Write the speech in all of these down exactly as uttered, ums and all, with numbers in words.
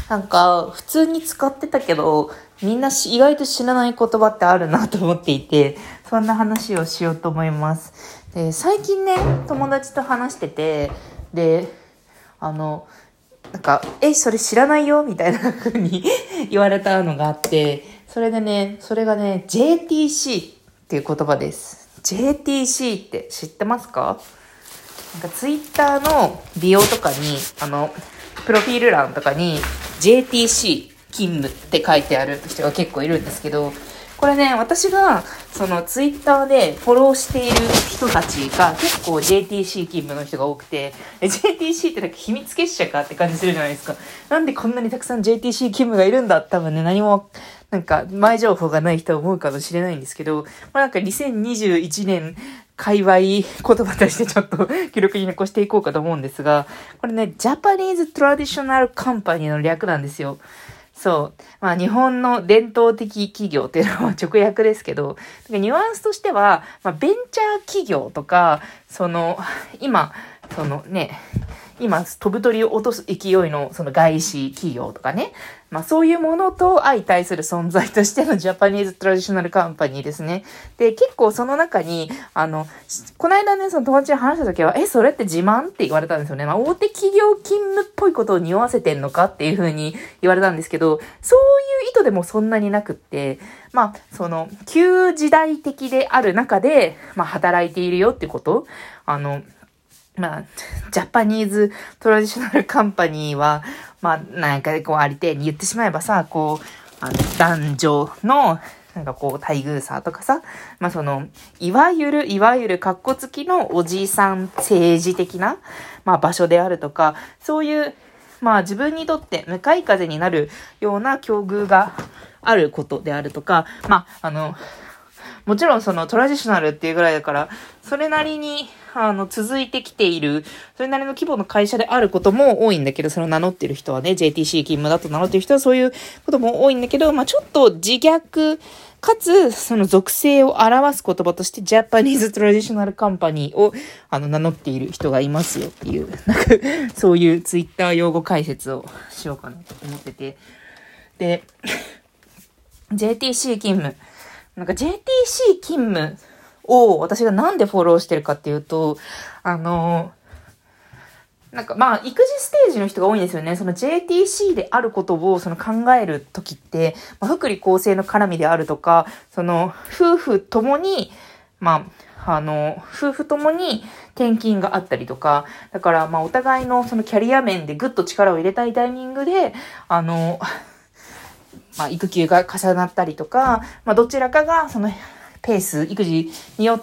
なんか、普通に使ってたけど、みんな意外と知らない言葉ってあるなと思っていて、そんな話をしようと思います。で、最近ね、友達と話してて、で、あの、なんか、え、それ知らないよみたいな風に言われたのがあって、それでね、それがね、ジェーティーシー っていう言葉です。ジェーティーシー って知ってますか？なんかツイッターの美容とかに、あの、プロフィール欄とかに ジェーティーシー 勤務って書いてある人が結構いるんですけど、これね、私がそのツイッターでフォローしている人たちが結構 ジェーティーシー 勤務の人が多くて、ジェーティーシー ってなんか秘密結社かって感じするじゃないですか。なんでこんなにたくさん ジェーティーシー 勤務がいるんだ、多分ね、何もなんか前情報がない人は思うかもしれないんですけど、まあ、なんかにせんにじゅういちねん界隈言葉としてちょっと記録に残していこうかと思うんですが、これね、ジャパニーズトラディショナルカンパニーの略なんですよ。そう。まあ日本の伝統的企業っていうのは直訳ですけど、ニュアンスとしては、まあ、ベンチャー企業とか、その、今、そのね、今、飛ぶ鳥を落とす勢いのその外資企業とかね。まあそういうものと相対する存在としてのジャパニーズトラディショナルカンパニーですね。で、結構その中に、あの、この間ね、その友達に話した時は、え、それって自慢って言われたんですよね。まあ大手企業勤務っぽいことを匂わせてんのかっていうふうに言われたんですけど、そういう意図でもそんなになくって、まあその、旧時代的である中で、まあ働いているよってこと、あの、まあ、ジャパニーズトラディショナルカンパニーは、まあ、なんかこうありていに言ってしまえばさ、こう、あの、男女の、なんかこう、待遇差とかさ、まあその、いわゆる、いわゆるカッコ付きのおじいさん政治的な、まあ場所であるとか、そういう、まあ自分にとって向かい風になるような境遇があることであるとか、まあ、あの、もちろんそのトラディショナルっていうぐらいだから、それなりに、あの、続いてきている、それなりの規模の会社であることも多いんだけど、その名乗ってる人はね、ジェーティーシー 勤務だと名乗ってる人はそういうことも多いんだけど、まあちょっと自虐、かつ、その属性を表す言葉として、ジャパニーズトラディショナルカンパニーを、あの、名乗っている人がいますよっていう、なんか、そういうツイッター用語解説をしようかなと思ってて。で、ジェーティーシー 勤務。なんか ジェーティーシー 勤務を私がなんでフォローしてるかっていうと、あの、なんかまあ、育児ステージの人が多いんですよね。その ジェーティーシー であることをその考えるときって、まあ、福利厚生の絡みであるとか、その夫婦ともに、まあ、あの、夫婦ともに転勤があったりとか、だからまあ、お互いのそのキャリア面でぐっと力を入れたいタイミングで、あの、まあ、育休が重なったりとか、まあ、どちらかがそのペース、育児によって、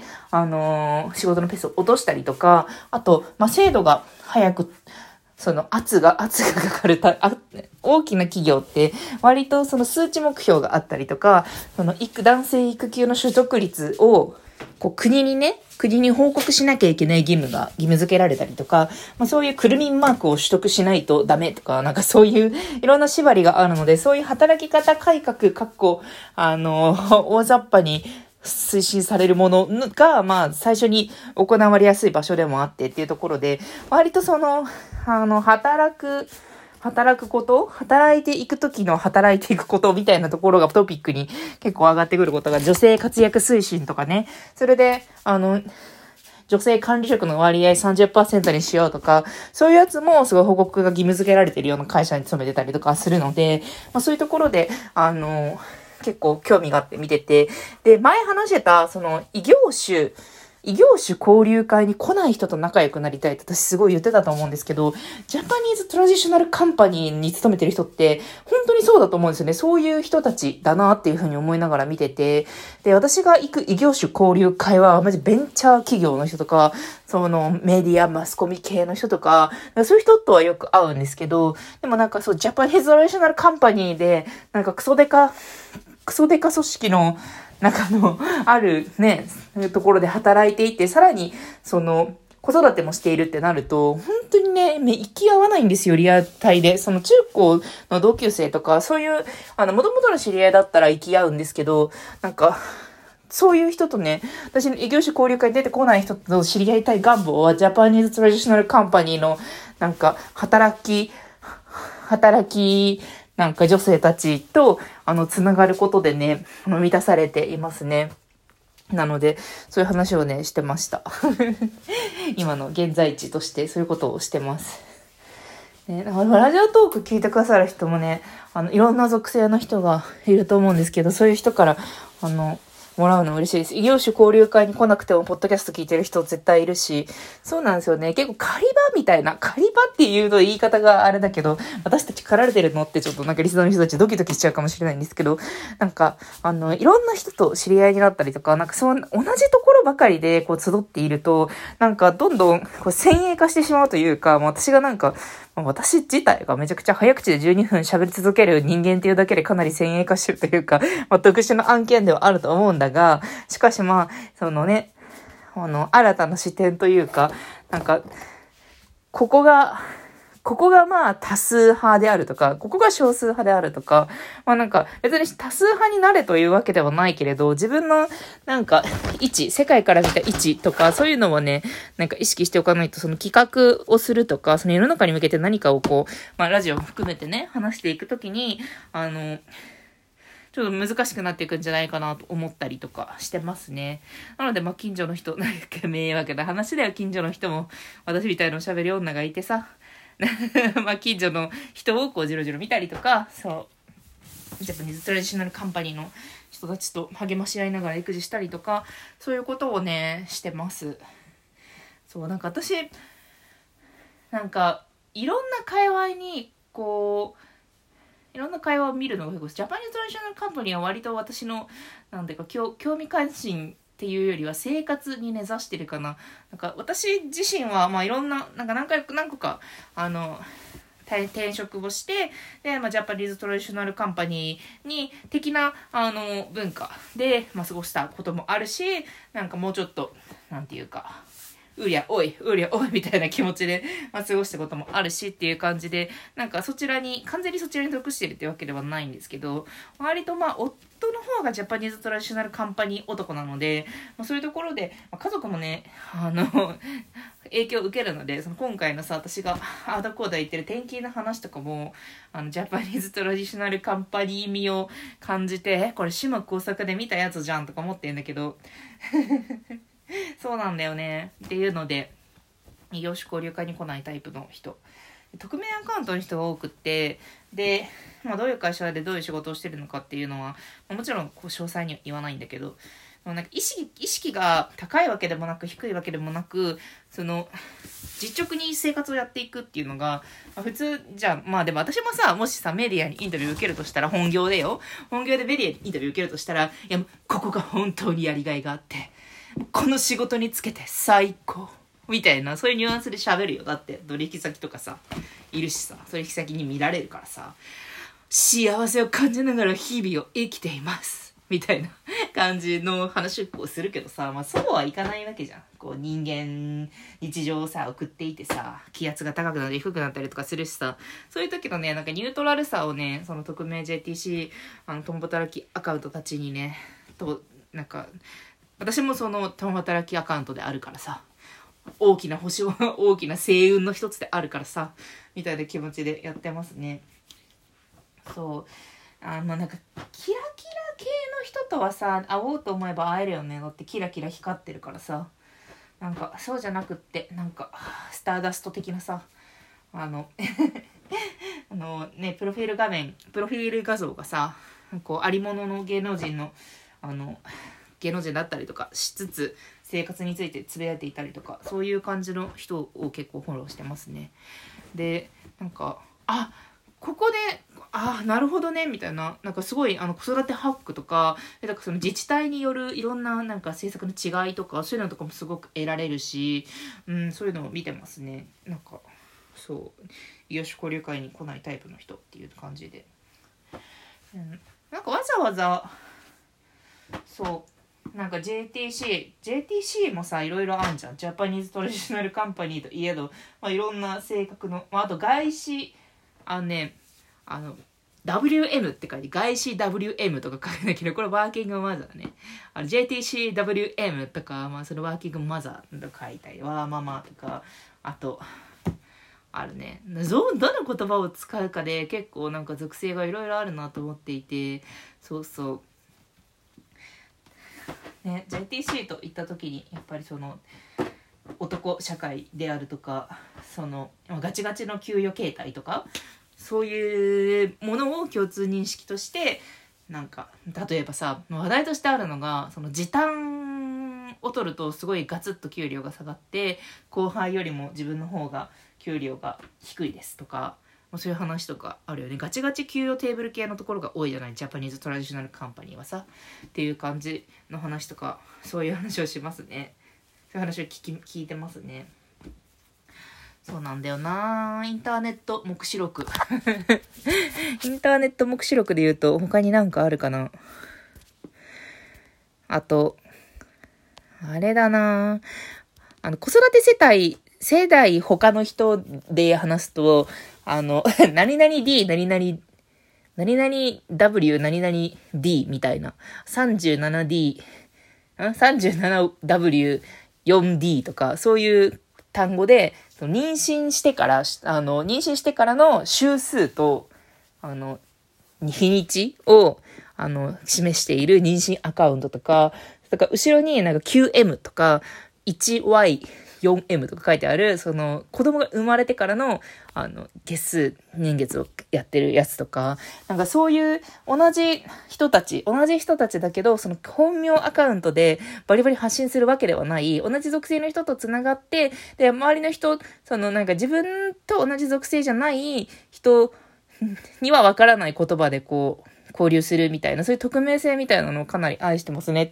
あのー、仕事のペースを落としたりとか、あと、まあ、制度が早く、その圧が、圧がかかるた、あ、大きな企業って、割とその数値目標があったりとか、その育、男性育休の取得率を、こう国にね、国に報告しなきゃいけない義務が義務付けられたりとか、まあそういうくるみんマークを取得しないとダメとか、なんかそういういろんな縛りがあるので、そういう働き方改革、かっこ、あの、大雑把に推進されるものが、まあ最初に行われやすい場所でもあってっていうところで、割とその、あの、働く、働くこと働いていくときの働いていくことみたいなところがトピックに結構上がってくることが女性活躍推進とかね。それで、あの、女性管理職の割合 さんじゅっパーセント にしようとか、そういうやつもすごい報告が義務付けられているような会社に勤めてたりとかするので、まあそういうところで、あの、結構興味があって見てて、で、前話してた、その異業種、異業種交流会に来ない人と仲良くなりたいって私すごい言ってたと思うんですけど、ジャパニーズトラディショナルカンパニーに勤めてる人って本当にそうだと思うんですよね。そういう人たちだなっていうふうに思いながら見てて、で、私が行く異業種交流会はマジベンチャー企業の人とか、そのメディア、マスコミ系の人とか、そういう人とはよく会うんですけど、でもなんかそう、ジャパニーズトラディショナルカンパニーで、なんかクソデカ、クソデカ組織の中のあるね、ところで働いていて、さらにその子育てもしているってなると、本当にね、息き合わないんですよ、リアタイで。その中高の同級生とか、そういう、あの、元々の知り合いだったら息き合うんですけど、なんか、そういう人とね、私の異業種交流会に出てこない人と知り合いたい願望は、ジャパニーズトラディショナルカンパニーの、なんか、働き、 働き、なんか女性たちと、あの、つながることでね、満たされていますね。なので、そういう話をね、してました。今の現在地としてそういうことをしてます。ね、ラジオトーク聞いてくださる人もね、あの、いろんな属性の人がいると思うんですけど、そういう人から、あの、もらうの嬉しいです。異業種交流会に来なくても、ポッドキャスト聞いてる人絶対いるし、そうなんですよね。結構狩り場みたいな、狩り場っていうと言い方があれだけど、私たち狩られてるのってちょっとなんかリスナーの人たちドキドキしちゃうかもしれないんですけど、なんか、あの、いろんな人と知り合いになったりとか、なんかそう、同じところばかりでこう集っていると、なんかどんどんこう先鋭化してしまうというか、私がなんか、私自体がめちゃくちゃ早口でじゅうにふん喋り続ける人間っていうだけでかなり先鋭化してるというか、まあ、特殊な案件ではあると思うんだが、しかしまあ、そのね、あの、新たな視点というか、なんか、ここが、ここがまあ多数派であるとか、ここが少数派であるとか、まあなんか別に多数派になれというわけではないけれど、自分のなんか位置、世界から見た位置とか、そういうのをね、なんか意識しておかないと、その企画をするとか、その世の中に向けて何かをこう、まあラジオも含めてね、話していくときに、あの、ちょっと難しくなっていくんじゃないかなと思ったりとかしてますね。なので、まあ、近所の人、なんか迷惑な話だよ、近所の人も。私みたいな喋り女がいてさ。まあ、近所の人をこう、じろじろ見たりとか、そう。ジャパニーズトラディショナルカンパニーの人たちと励まし合いながら育児したりとか、そういうことをね、してます。そう、なんか私、なんか、いろんな界隈に、こう、いろんな会話を見るのが結構、ジャパニーズトラディショナルカンパニーは割と私の、なんていうか、興味関心っていうよりは生活に根ざしてるかな。なんか私自身は、まあいろんな、なんか何回か、何個か、あの、転職をして、で、まあ、ジャパニーズトラディショナルカンパニーに的な、あの、文化で、まあ、過ごしたこともあるし、なんかもうちょっと、なんていうか、うりゃおい、うりゃおいみたいな気持ちで、まあ、過ごしたこともあるしっていう感じで、なんかそちらに、完全にそちらに属してるってわけではないんですけど、割とまあ、夫の方がジャパニーズトラディショナルカンパニー男なので、まあ、そういうところで、まあ、家族もね、あの、影響を受けるので、その今回のさ、私があーだこーだ言ってる転勤の話とかも、あの、ジャパニーズトラディショナルカンパニー味を感じて、これ島工作で見たやつじゃんとか思ってんだけど、そうなんだよねっていうので、異業種交流会に来ないタイプの人、匿名アカウントの人が多くって、で、まあ、どういう会社でどういう仕事をしてるのかっていうのは、もちろんこう詳細には言わないんだけど、なんか意識、意識が高いわけでもなく低いわけでもなく、その実直に生活をやっていくっていうのが、まあ、普通じゃん。まあでも私もさ、もしさメディアにインタビュー受けるとしたら、本業でよ、本業でメディアにインタビュー受けるとしたら、いやここが本当にやりがいがあって、この仕事につけて最高みたいな、そういうニュアンスで喋るよ。だって取引先とかさいるしさ、取引先に見られるからさ、幸せを感じながら日々を生きていますみたいな感じの話をこうするけどさ、まあそうはいかないわけじゃん。こう人間日常をさ送っていてさ、気圧が高くなったり低くなったりとかするしさ、そういう時のね、なんかニュートラルさをね、その匿名 ジェーティーシー あの共働きアカウントたちにね、となんか私もその共働きアカウントであるからさ、大きな星を大きな星雲の一つであるからさ、みたいな気持ちでやってますね。そう、あのなんかキラキラ系の人とはさ、会おうと思えば会えるよね。だってキラキラ光ってるからさ、なんかそうじゃなくって、なんかスターダスト的なさ、あのあのね、プロフィール画面、プロフィール画像がさ、こうありものの芸能人のあの芸能人だったりとかしつつ、生活についてつぶやいていたりとか、そういう感じの人を結構フォローしてますね。で、なんか、あ、ここで、あ、なるほどねみたいな、なんかすごいあの子育てハックとか、だからその自治体によるいろんななんか政策の違いとか、そういうのとかもすごく得られるし、うん、そういうのを見てますね。なんかそう、異業種交流会に来ないタイプの人っていう感じで、うん、なんかわざわざそうなんか ジェーティーシー、ジェーティーシー もさ、いろいろあんじゃん。ジャパニーズトラディショナルカンパニーといえど、まあ、いろんな性格の、まあ、あと外資、あのね、あの、ダブリューエム って書いて、外資 ダブリューエム とか書いてないけど、これワーキングマザーね。あの ジェーティーシーダブリューエム とか、まあ、そのワーキングマザーと書いたり、ワーママとか、あと、 あるね。ど、どの言葉を使うかで結構なんか属性がいろいろあるなと思っていて、そうそう。ね、ジェーティーシー と行った時に、やっぱりその、男社会であるとか、その、ガチガチの給与形態とか、そういうものを共通認識として、なんか、例えばさ、話題としてあるのが、その時短を取るとすごいガツッと給料が下がって、後輩よりも自分の方が給料が低いですとか、そういう話とかあるよね。ガチガチ給与テーブル系のところが多いじゃない、ジャパニーズトラディショナルカンパニーはさっていう感じの話とか、そういう話をしますね。そういう話を聞き聞いてますね。そうなんだよな。インターネット目視録インターネット目視録で言うと他になんかあるかな。あとあれだな、あの子育て世帯世代他の人で話すと、あの、何々 D、何々、何々 W、何々 D みたいな。さんじゅうななディー、さんじゅうななダブリューよんディー とか、そういう単語で、妊娠してから、あの、妊娠してからの週数と、あの、日にちを、あの、示している妊娠アカウントとか、だから後ろになんか キューエム とか いちワイよんエム とか書いてある、その子供が生まれてからの、あの、月数、年月をやってるやつとか、なんかそういう同じ人たち、同じ人たちだけど、その本名アカウントでバリバリ発信するわけではない、同じ属性の人とつながって、で、周りの人、そのなんか自分と同じ属性じゃない人にはわからない言葉でこう、交流するみたいな、そういう匿名性みたいなのをかなり愛してますね。